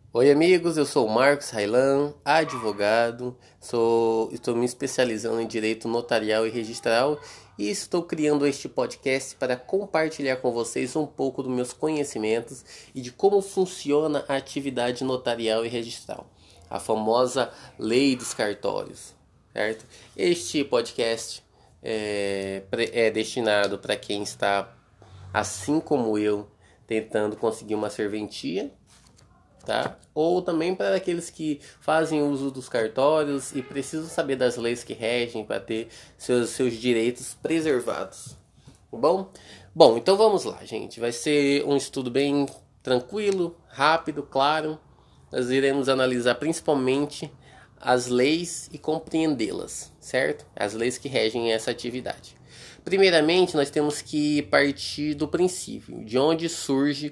Oi amigos, eu sou o Marcos Railan, advogado, estou me especializando em direito notarial e registral e estou criando este podcast para compartilhar com vocês um pouco dos meus conhecimentos e de como funciona a atividade notarial e registral, a famosa lei dos cartórios, certo? Este podcast é destinado para quem está, assim como eu, tentando conseguir uma serventia, tá? Ou também para aqueles que fazem uso dos cartórios e precisam saber das leis que regem para ter seus direitos preservados. Tá bom? Bom, então vamos lá, gente. Vai ser um estudo bem tranquilo, rápido, claro. Nós iremos analisar principalmente as leis e compreendê-las, certo? As leis que regem essa atividade. Primeiramente, nós temos que partir do princípio, de onde surge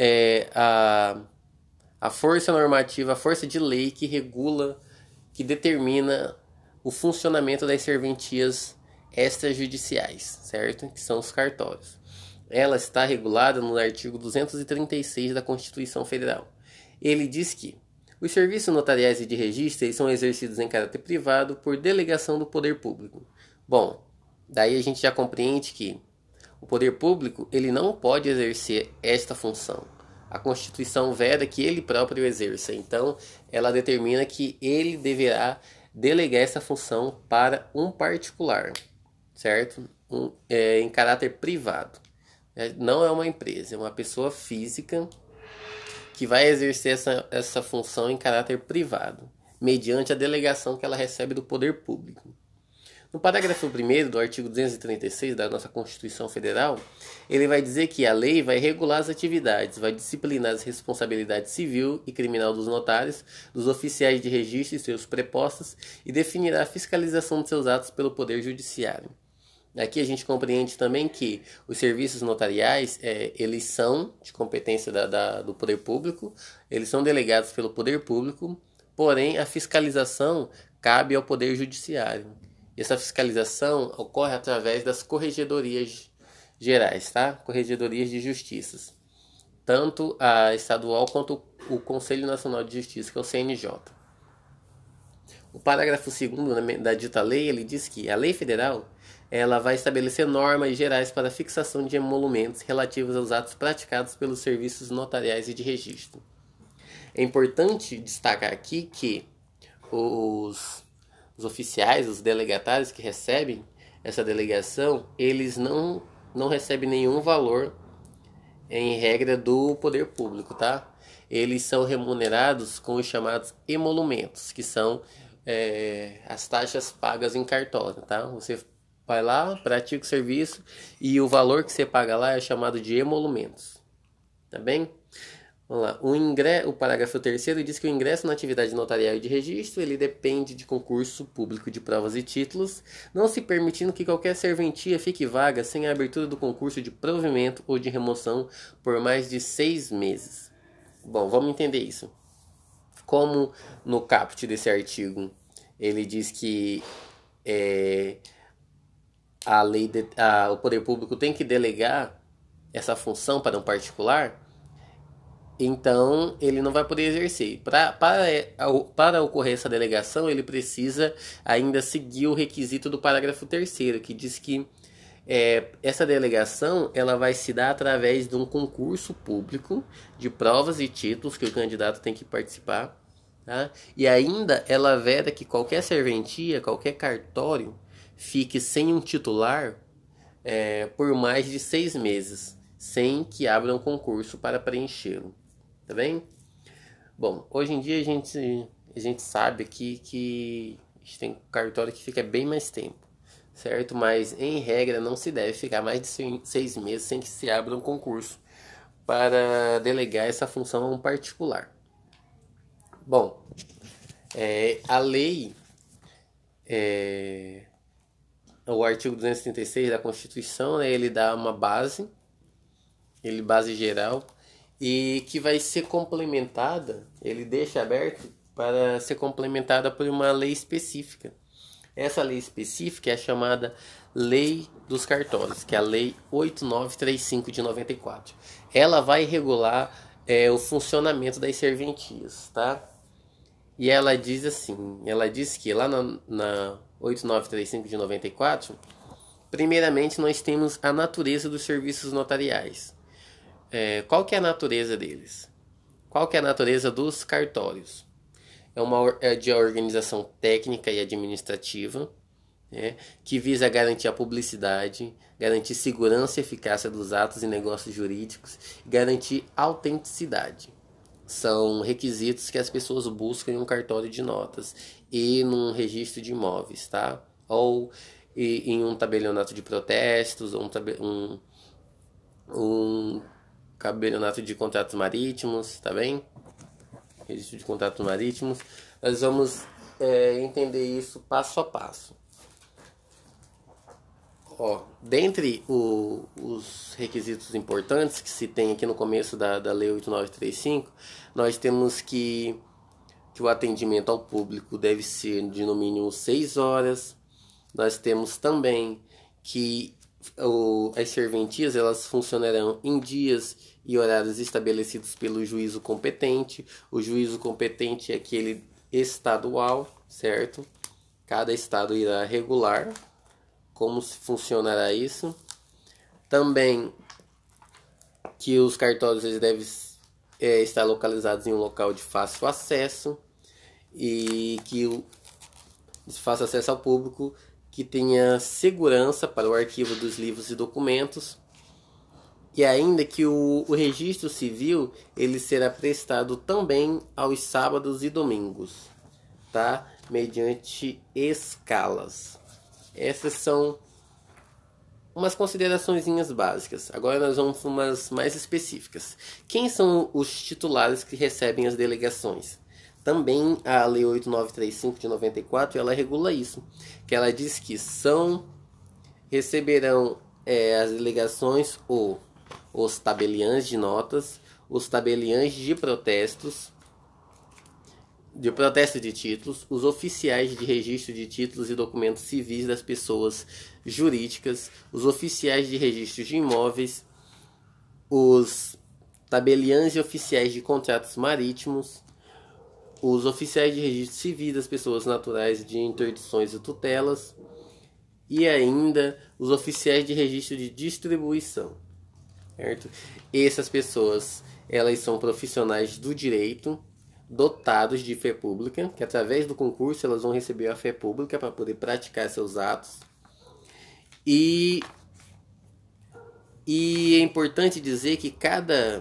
a força normativa, a força de lei que regula, que determina o funcionamento das serventias extrajudiciais, certo? Que são os cartórios. Ela está regulada no artigo 236 da Constituição Federal. Ele diz que os serviços notariais e de registro são exercidos em caráter privado por delegação do poder público. Bom, daí a gente já compreende que o poder público ele não pode exercer esta função. A Constituição veda que ele próprio exerça. Então, ela determina que ele deverá delegar essa função para um particular, certo? Em caráter privado. Não é uma empresa, é uma pessoa física que vai exercer essa função em caráter privado, mediante a delegação que ela recebe do poder público. No parágrafo 1º do artigo 236 da nossa Constituição Federal, ele vai dizer que a lei vai regular as atividades, vai disciplinar as responsabilidades civil e criminal dos notários, dos oficiais de registro e seus prepostos e definirá a fiscalização de seus atos pelo Poder Judiciário. Aqui a gente compreende também que os serviços notariais, eles são de competência do poder público, eles são delegados pelo poder público, porém a fiscalização cabe ao Poder Judiciário. Essa fiscalização ocorre através das corregedorias gerais, tá? Corregedorias de justiças. Tanto a estadual quanto o Conselho Nacional de Justiça, que é o CNJ. O parágrafo 2º da dita lei, ele diz que a lei federal ela vai estabelecer normas gerais para a fixação de emolumentos relativos aos atos praticados pelos serviços notariais e de registro. É importante destacar aqui que os oficiais, os delegatários que recebem essa delegação, eles não recebem nenhum valor em regra do poder público, tá? Eles são remunerados com os chamados emolumentos, que são as taxas pagas em cartório, tá? Você vai lá, pratica o serviço e o valor que você paga lá é chamado de emolumentos, tá bem? Vamos lá. O parágrafo 3º diz que o ingresso na atividade notarial e de registro ele depende de concurso público de provas e títulos, não se permitindo que qualquer serventia fique vaga sem a abertura do concurso de provimento ou de remoção por mais de 6 meses. Bom, vamos entender isso. Como no caput desse artigo ele diz que o poder público tem que delegar essa função para um particular, então ele não vai poder exercer. Para ocorrer essa delegação, ele precisa ainda seguir o requisito do parágrafo 3º, que diz que essa delegação ela vai se dar através de um concurso público de provas e títulos que o candidato tem que participar, tá? E ainda ela veda que qualquer serventia, qualquer cartório fique sem um titular por mais de 6 meses, sem que abra um concurso para preenchê-lo. Tá bem? Bom, hoje em dia a gente sabe aqui que a gente tem cartório que fica bem mais tempo, certo? Mas em regra não se deve ficar mais de 6 meses sem que se abra um concurso para delegar essa função a um particular. Bom, a lei, o artigo 236 da Constituição, né, ele dá uma base geral, e que vai ser complementada, ele deixa aberto para ser complementada por uma lei específica. Essa lei específica é a chamada Lei dos Cartórios, que é a Lei 8935 de 94. Ela vai regular o funcionamento das serventias, tá? E ela diz assim, ela diz que lá na 8935 de 94, primeiramente nós temos a natureza dos serviços notariais. Qual que é a natureza deles? Qual que é a natureza dos cartórios? É de organização técnica e administrativa, né, que visa garantir a publicidade, garantir segurança e eficácia dos atos e negócios jurídicos e garantir autenticidade. São requisitos que as pessoas buscam em um cartório de notas e num registro de imóveis, tá? Ou em um tabelionato de protestos, ou um tabelionato de contratos marítimos, tá bem? Registro de contratos marítimos. Nós vamos entender isso passo a passo. Dentre os requisitos importantes que se tem aqui no começo da Lei 8935, nós temos que o atendimento ao público deve ser de no mínimo 6 horas. Nós temos também que as serventias elas funcionarão em dias e horários estabelecidos pelo juízo competente. O juízo competente é aquele estadual, certo? Cada estado irá regular como funcionará isso. Também que os cartórios eles devem estar localizados em um local de fácil acesso e que de fácil acesso ao público, que tenha segurança para o arquivo dos livros e documentos, e ainda que o registro civil ele será prestado também aos sábados e domingos, tá? Mediante escalas. Essas são umas consideraçõezinhas básicas. Agora nós vamos para umas mais específicas. Quem são os titulares que recebem as delegações? Também a Lei 8935 de 94, ela regula isso. Que ela diz que receberão as delegações os tabeliães de notas, os tabeliães de protestos, de protesto de títulos, os oficiais de registro de títulos e documentos civis das pessoas jurídicas, os oficiais de registro de imóveis, os tabeliães e oficiais de contratos marítimos, os oficiais de registro civil das pessoas naturais de interdições e tutelas, e ainda os oficiais de registro de distribuição, certo? Essas pessoas, elas são profissionais do direito, dotados de fé pública, que através do concurso elas vão receber a fé pública para poder praticar seus atos. E é importante dizer que cada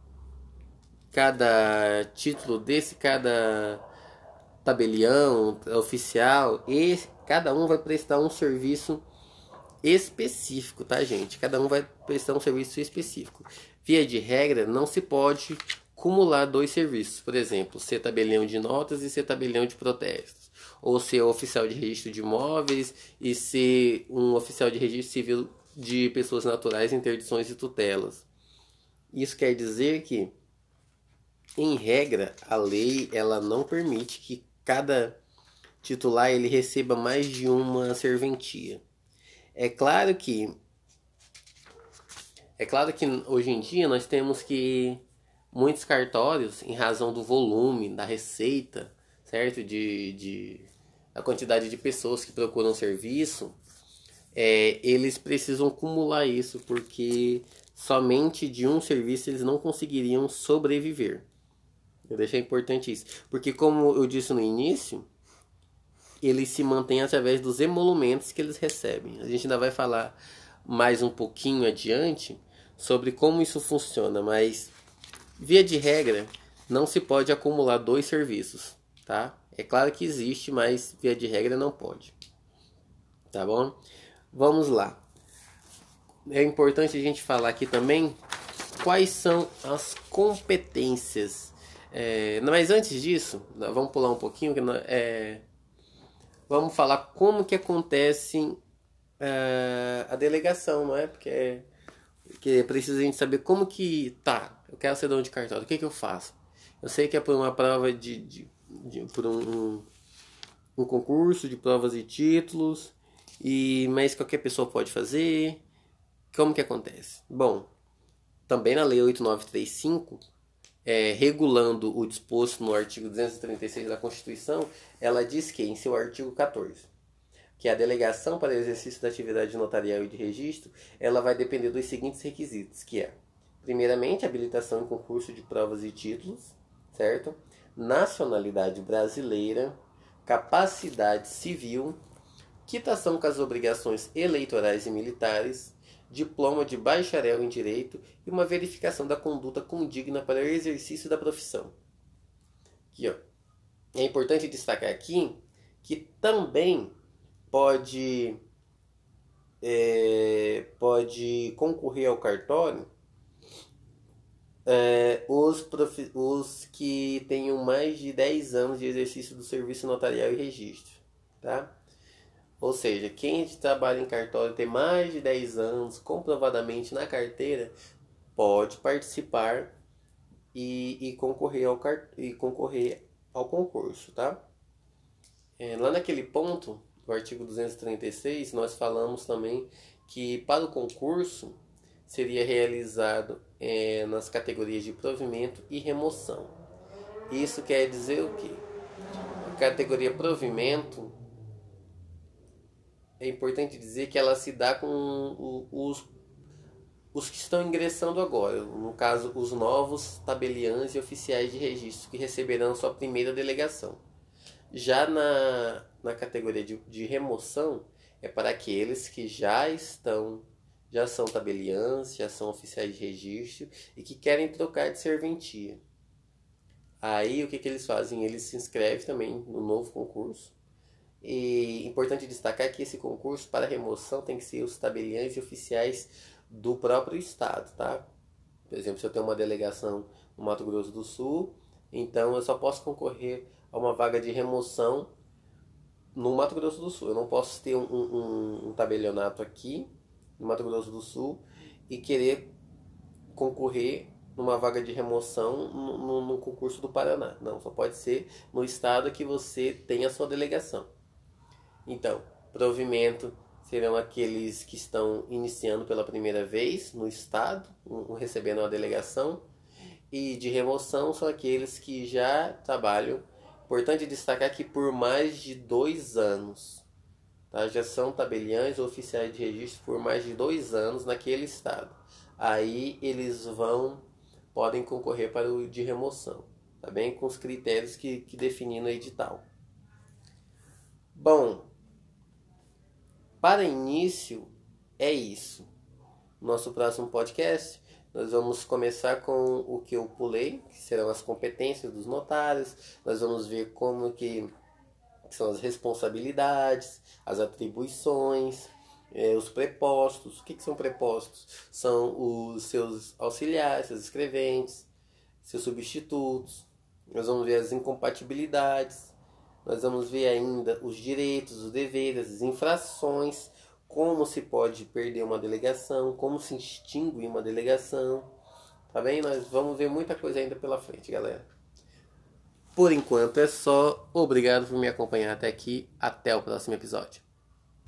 título desse, cada tabelião oficial, e cada um vai prestar um serviço específico, tá, gente? Cada um vai prestar um serviço específico. Via de regra, não se pode acumular dois serviços, por exemplo, ser tabelião de notas e ser tabelião de protestos, ou ser oficial de registro de imóveis e ser um oficial de registro civil de pessoas naturais, interdições e tutelas. Isso quer dizer que, em regra, a lei ela não permite que cada titular ele receba mais de uma serventia. É claro que hoje em dia nós temos que muitos cartórios, em razão do volume, da receita, certo? A quantidade de pessoas que procuram serviço, eles precisam acumular isso, porque somente de um serviço eles não conseguiriam sobreviver. Eu deixei importante isso, porque como eu disse no início, eles se mantêm através dos emolumentos que eles recebem. A gente ainda vai falar mais um pouquinho adiante sobre como isso funciona, mas via de regra, não se pode acumular dois serviços, tá? É claro que existe, mas via de regra não pode. Tá bom? Vamos lá. É importante a gente falar aqui também quais são as competências. Mas antes disso, vamos pular um pouquinho. Vamos falar como que acontece a delegação, não é? Porque precisa a gente saber como que eu quero ser dono de cartório, o que eu faço? Eu sei que é por uma prova por um concurso de provas e títulos, mas qualquer pessoa pode fazer. Como que acontece? Bom, também na Lei 8935 regulando o disposto no artigo 236 da Constituição, ela diz que, em seu artigo 14, que a delegação para o exercício da atividade notarial e de registro, ela vai depender dos seguintes requisitos, que é, primeiramente, habilitação em concurso de provas e títulos, certo? Nacionalidade brasileira, capacidade civil, quitação com as obrigações eleitorais e militares, diploma de bacharel em direito e uma verificação da conduta condigna para o exercício da profissão. Aqui, ó. É importante destacar aqui que também pode concorrer ao cartório os que tenham mais de 10 anos de exercício do serviço notarial e registro, tá? Ou seja, quem trabalha em cartório tem mais de 10 anos comprovadamente na carteira pode participar e concorrer ao concurso, tá? Lá naquele ponto, do artigo 236, nós falamos também que para o concurso seria realizado nas categorias de provimento e remoção. Isso quer dizer o quê? A categoria provimento, é importante dizer que ela se dá com os que estão ingressando agora, no caso, os novos tabeliães e oficiais de registro que receberão sua primeira delegação. Já na categoria de remoção, é para aqueles que já são tabeliãs, já são oficiais de registro e que querem trocar de serventia. Aí o que eles fazem? Eles se inscrevem também no novo concurso. E importante destacar que esse concurso para remoção tem que ser os tabeliães e oficiais do próprio estado, tá? Por exemplo, se eu tenho uma delegação no Mato Grosso do Sul, então eu só posso concorrer a uma vaga de remoção no Mato Grosso do Sul. Eu não posso ter um tabelionato aqui no Mato Grosso do Sul e querer concorrer numa vaga de remoção no concurso do Paraná. Não, só pode ser no estado que você tem a sua delegação. Então, provimento serão aqueles que estão iniciando pela primeira vez no estado, recebendo uma delegação, e de remoção são aqueles que já trabalham. Importante destacar que por mais de 2 anos, tá? Já são tabeliães ou oficiais de registro por mais de 2 anos naquele estado. Aí eles podem concorrer para o de remoção, tá bem? Com os critérios que defini no edital. Bom, para início é isso. Nosso próximo podcast nós vamos começar com o que eu pulei, que serão as competências dos notários. Nós vamos ver como que são as responsabilidades, as atribuições, os prepostos. O que são prepostos? São os seus auxiliares, seus escreventes, seus substitutos. Nós vamos ver as incompatibilidades. Nós vamos ver ainda os direitos, os deveres, as infrações, como se pode perder uma delegação, como se extingue uma delegação, tá bem? Nós vamos ver muita coisa ainda pela frente, galera. Por enquanto é só. Obrigado por me acompanhar até aqui. Até o próximo episódio.